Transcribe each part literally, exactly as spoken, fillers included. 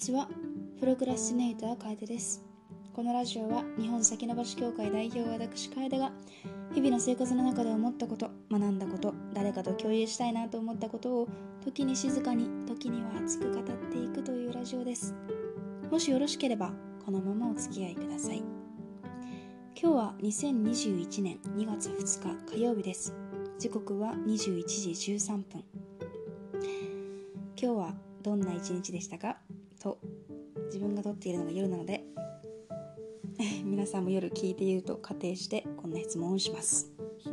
ちは。プロクラスティネーター楓です。このラジオは日本先延ばし協会代表私楓が日々の生活の中で思ったこと、学んだこと、誰かと共有したいなと思ったことを時に静かに、時には熱く語っていくというラジオです。もしよろしければこのままお付き合いください。今日はにせんにじゅういちねんにがつふつか火曜日です。時刻はにじゅういちじじゅうさんぷん。今日はどんな一日でしたかと自分が撮っているのが夜なので皆さんも夜聞いていると仮定してこんな質問をします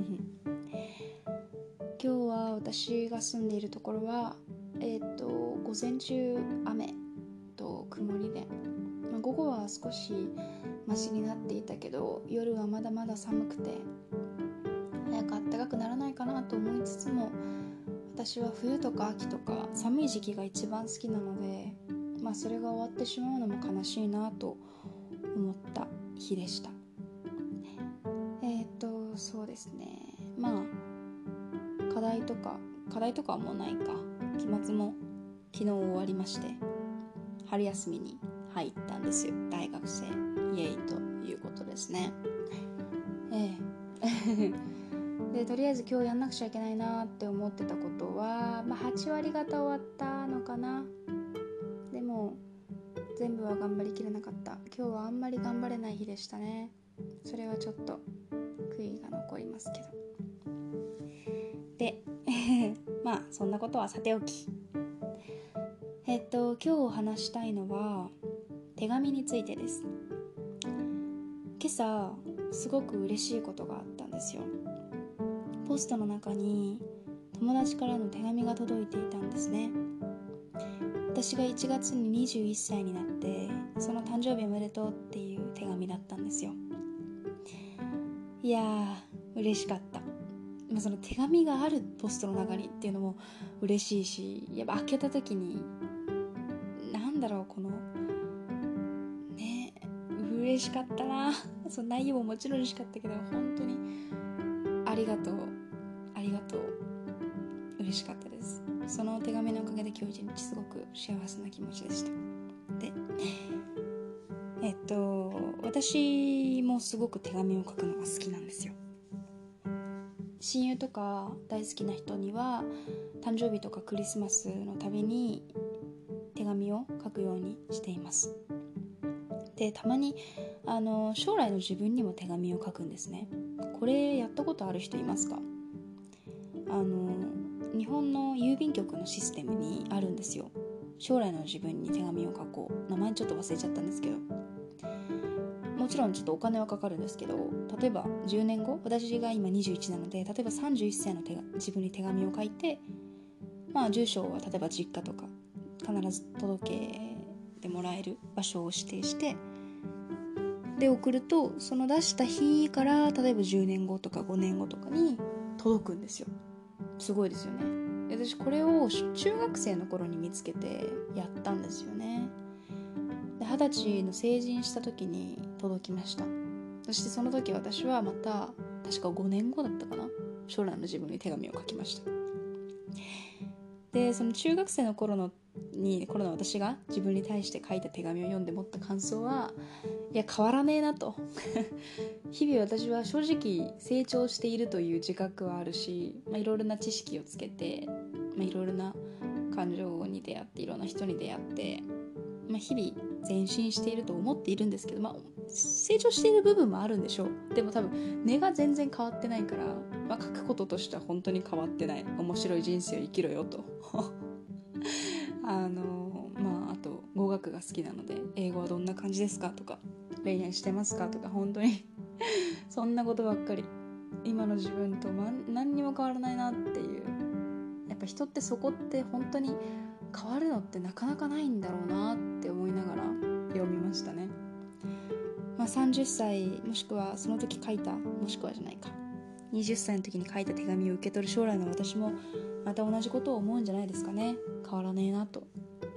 今日は私が住んでいるところはえっ、ー、と午前中雨と曇りで、まあ、午後は少しマシになっていたけど夜はまだまだ寒くて早く暖かくならないかなと思いつつも、私は冬とか秋とか寒い時期が一番好きなので、まあそれが終わってしまうのも悲しいなと思った日でした。えっとそうですね、まあ課題とか課題とかはもうないか、期末も昨日終わりまして春休みに入ったんですよ。大学生イエイということですね。ええでとりあえず今日やんなくちゃいけないなって思ってたことは、まあ、はちわりがた終わったのかな。でも全部は頑張りきれなかった。今日はあんまり頑張れない日でしたね。それはちょっと悔いが残りますけど。でまあそんなことはさておき、えっと今日お話したいのは手紙についてです。今朝すごく嬉しいことがあったんですよ。ポストの中に友達からの手紙が届いていたんですね。私がいちがつににじゅういっさいになってその誕生日おめでとうっていう手紙だったんですよ。いやー嬉しかった。まあ、その手紙があるポストの中にっていうのも嬉しいし、やっぱ開けた時になんだろう、このね嬉しかったな。その内容ももちろん嬉しかったけど、本当にありがとうありがとう嬉しかったです。その手紙のおかげで今日一日すごく幸せな気持ちでした。でえっと私もすごく手紙を書くのが好きなんですよ。親友とか大好きな人には誕生日とかクリスマスのたびに手紙を書くようにしています。でたまにあの将来の自分にも手紙を書くんですね。これやったことある人いますか？あの日本の郵便局のシステムにあるんですよ。将来の自分に手紙を書こう。名前ちょっと忘れちゃったんですけど、もちろんちょっとお金はかかるんですけど、例えばじゅうねんご、私が今にじゅういちなので、例えばさんじゅういっさいの手が自分に手紙を書いて、まあ住所は例えば実家とか必ず届けてもらえる場所を指定してで送ると、その出した日から例えばじゅうねんごとかごねんごとかに届くんですよ。すごいですよね。私これを中学生の頃に見つけてやったんですよね。で二十歳の成人した時に届きました。そしてその時私はまた確かごねんごだったかな、将来の自分に手紙を書きました。でその中学生の頃のに頃の私が自分に対して書いた手紙を読んで持った感想は、いや変わらねえなと日々私は正直成長しているという自覚はあるし、まあ、いろいろな知識をつけて、まあ、いろいろな感情に出会っていろんな人に出会って、まあ、日々前進していると思っているんですけど、まあ、成長している部分もあるんでしょう。でも多分根が全然変わってないから、まあ、書くこととしては本当に変わってない。面白い人生を生きろよとあのまああと語学が好きなので、英語はどんな感じですかとか、恋愛してますかとか、本当にそんなことばっかり。今の自分と、ま、何にも変わらないなっていう。やっぱ人ってそこって本当に変わるのってなかなかないんだろうなって思いながら読みましたね。まあ、さんじゅっさいもしくはその時書いた、もしくはじゃないかはたちの時に書いた手紙を受け取る将来の私もまた同じことを思うんじゃないですかね。変わらねえなと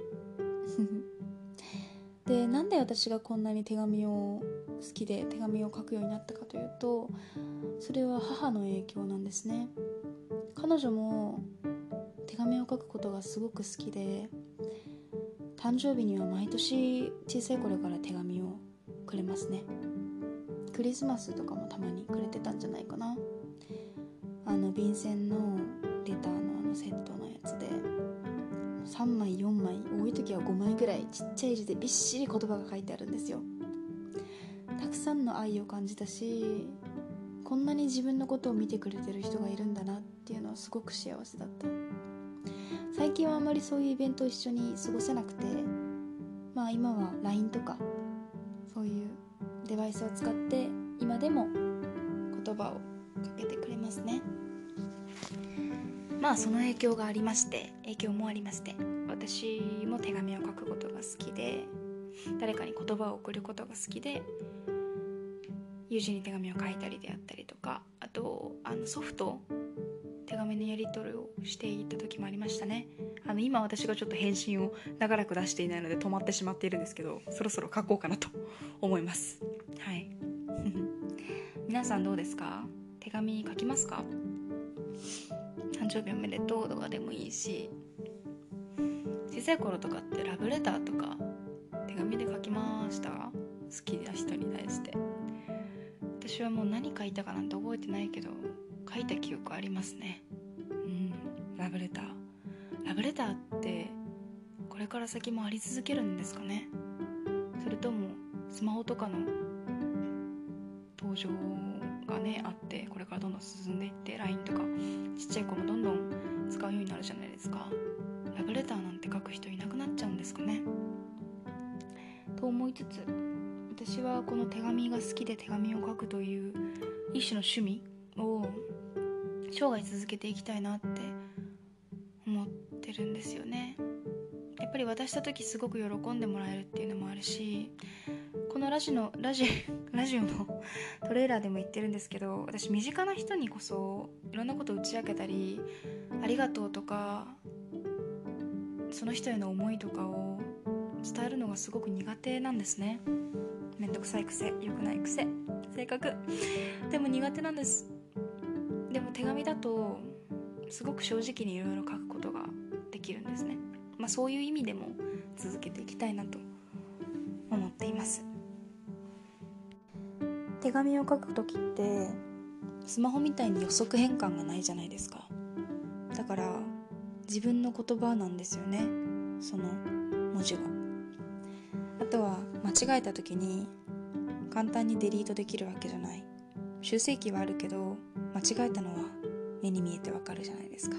でなんで私がこんなに手紙を好きで手紙を書くようになったかというと、それは母の影響なんですね。彼女も手紙を書くことがすごく好きで、 誕生日には毎年小さい頃から手紙をくれますね。クリスマスとかもたまにくれてたんじゃないかな。あの便箋のレターのあのセットのやつでさんまいよんまい、多い時はごまいぐらいちっちゃい字でびっしり言葉が書いてあるんですよ。たくさんの愛を感じたし、こんなに自分のことを見てくれてる人がいるんだなっていうのはすごく幸せだった。最近はあまりそういうイベントを一緒に過ごせなくて、まあ今は ライン とかそういうデバイスを使って今でも言葉をかけてくれますね。まあその影響がありまして影響もありまして私も手紙を書くことが好きで、誰かに言葉を送ることが好きで、友人に手紙を書いたりであったりとか、あとあのソフト手紙のやり取りをしていた時もありましたね。あの今私がちょっと返信を長らく出していないので止まってしまっているんですけど、そろそろ書こうかなと思います。はい皆さんどうですか？手紙書きますか？誕生日おめでとうとかでもいいし、小さい頃とかってラブレターとか手紙で書きました？好きな人に対して。私はもう何書いたかなんて覚えてないけど書いた記憶ありますね。うんラブレターラブレターってこれから先もあり続けるんですかね。それともスマホとかの登場がねあって、これからどんどん進んでいって ライン とかちっちゃい子もどんどん使うようになるじゃないですか。ラブレターなんて書く人いなくなっちゃうんですかねと思いつつ、私はこの手紙が好きで手紙を書くという一種の趣味を生涯続けていきたいなって思ってるんですよね。やっぱり渡した時すごく喜んでもらえるっていうのもあるし、このラジのラジラジオのトレーラーでも言ってるんですけど、私身近な人にこそいろんなことを打ち明けたり、ありがとうとかその人への思いとかを伝えるのがすごく苦手なんですね。めんどくさい癖、良くない癖、性格でも苦手なんです。でも手紙だとすごく正直にいろいろ書くことができるんですね。まあそういう意味でも続けていきたいなと思っています。手紙を書くときってスマホみたいに予測変換がないじゃないですか。だから自分の言葉なんですよね、その文字は。あとは間違えたときに簡単にデリートできるわけじゃない。修正機はあるけど間違えたのは目に見えてわかるじゃないですか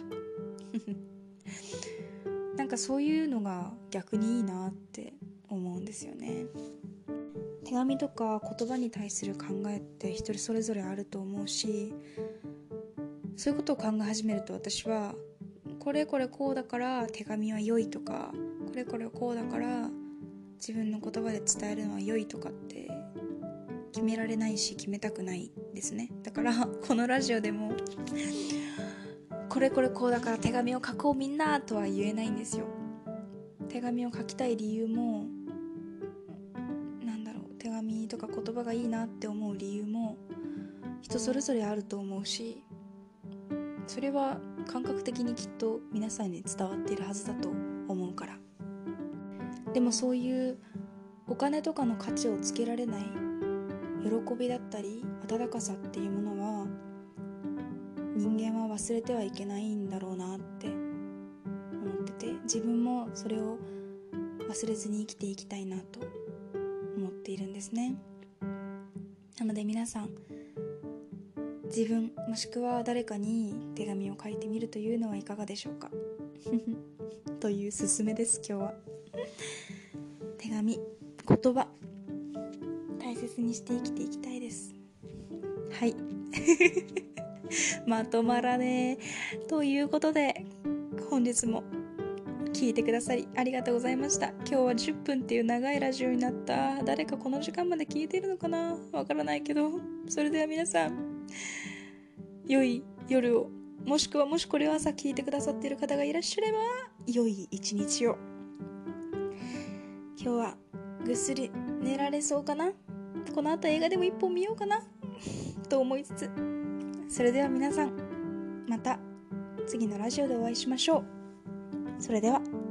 なんかそういうのが逆にいいなって思うんですよね。手紙とか言葉に対する考えって一人それぞれあると思うし、そういうことを考え始めると私はこれこれこうだから手紙は良いとか、これこれこうだから自分の言葉で伝えるのは良いとかって決められないし決めたくないですね。だからこのラジオでもこれこれこうだから手紙を書こうみんなとは言えないんですよ。手紙を書きたい理由もなんだろう、手紙とか言葉がいいなって思う理由も人それぞれあると思うし、それは感覚的にきっと皆さんに伝わっているはずだと思うから。でもそういうお金とかの価値をつけられない喜びだったり温かさっていうものは人間は忘れてはいけないんだろうなって思ってて、自分もそれを忘れずに生きていきたいなと思っているんですね。なので皆さん、自分もしくは誰かに手紙を書いてみるというのはいかがでしょうかというすすめです。今日は手紙、言葉大切にして生きていきたいです。はいまとまらねえということで、本日も聞いてくださりありがとうございました。今日はじゅっぷんっていう長いラジオになった。誰かこの時間まで聞いてるのかな、わからないけど、それでは皆さん良い夜を、もしくはもしこれを朝聞いてくださっている方がいらっしゃれば良い一日を。今日はぐっすり寝られそうかな。この後映画でも一本見ようかなと思いつつ、それでは皆さんまた次のラジオでお会いしましょう。それでは。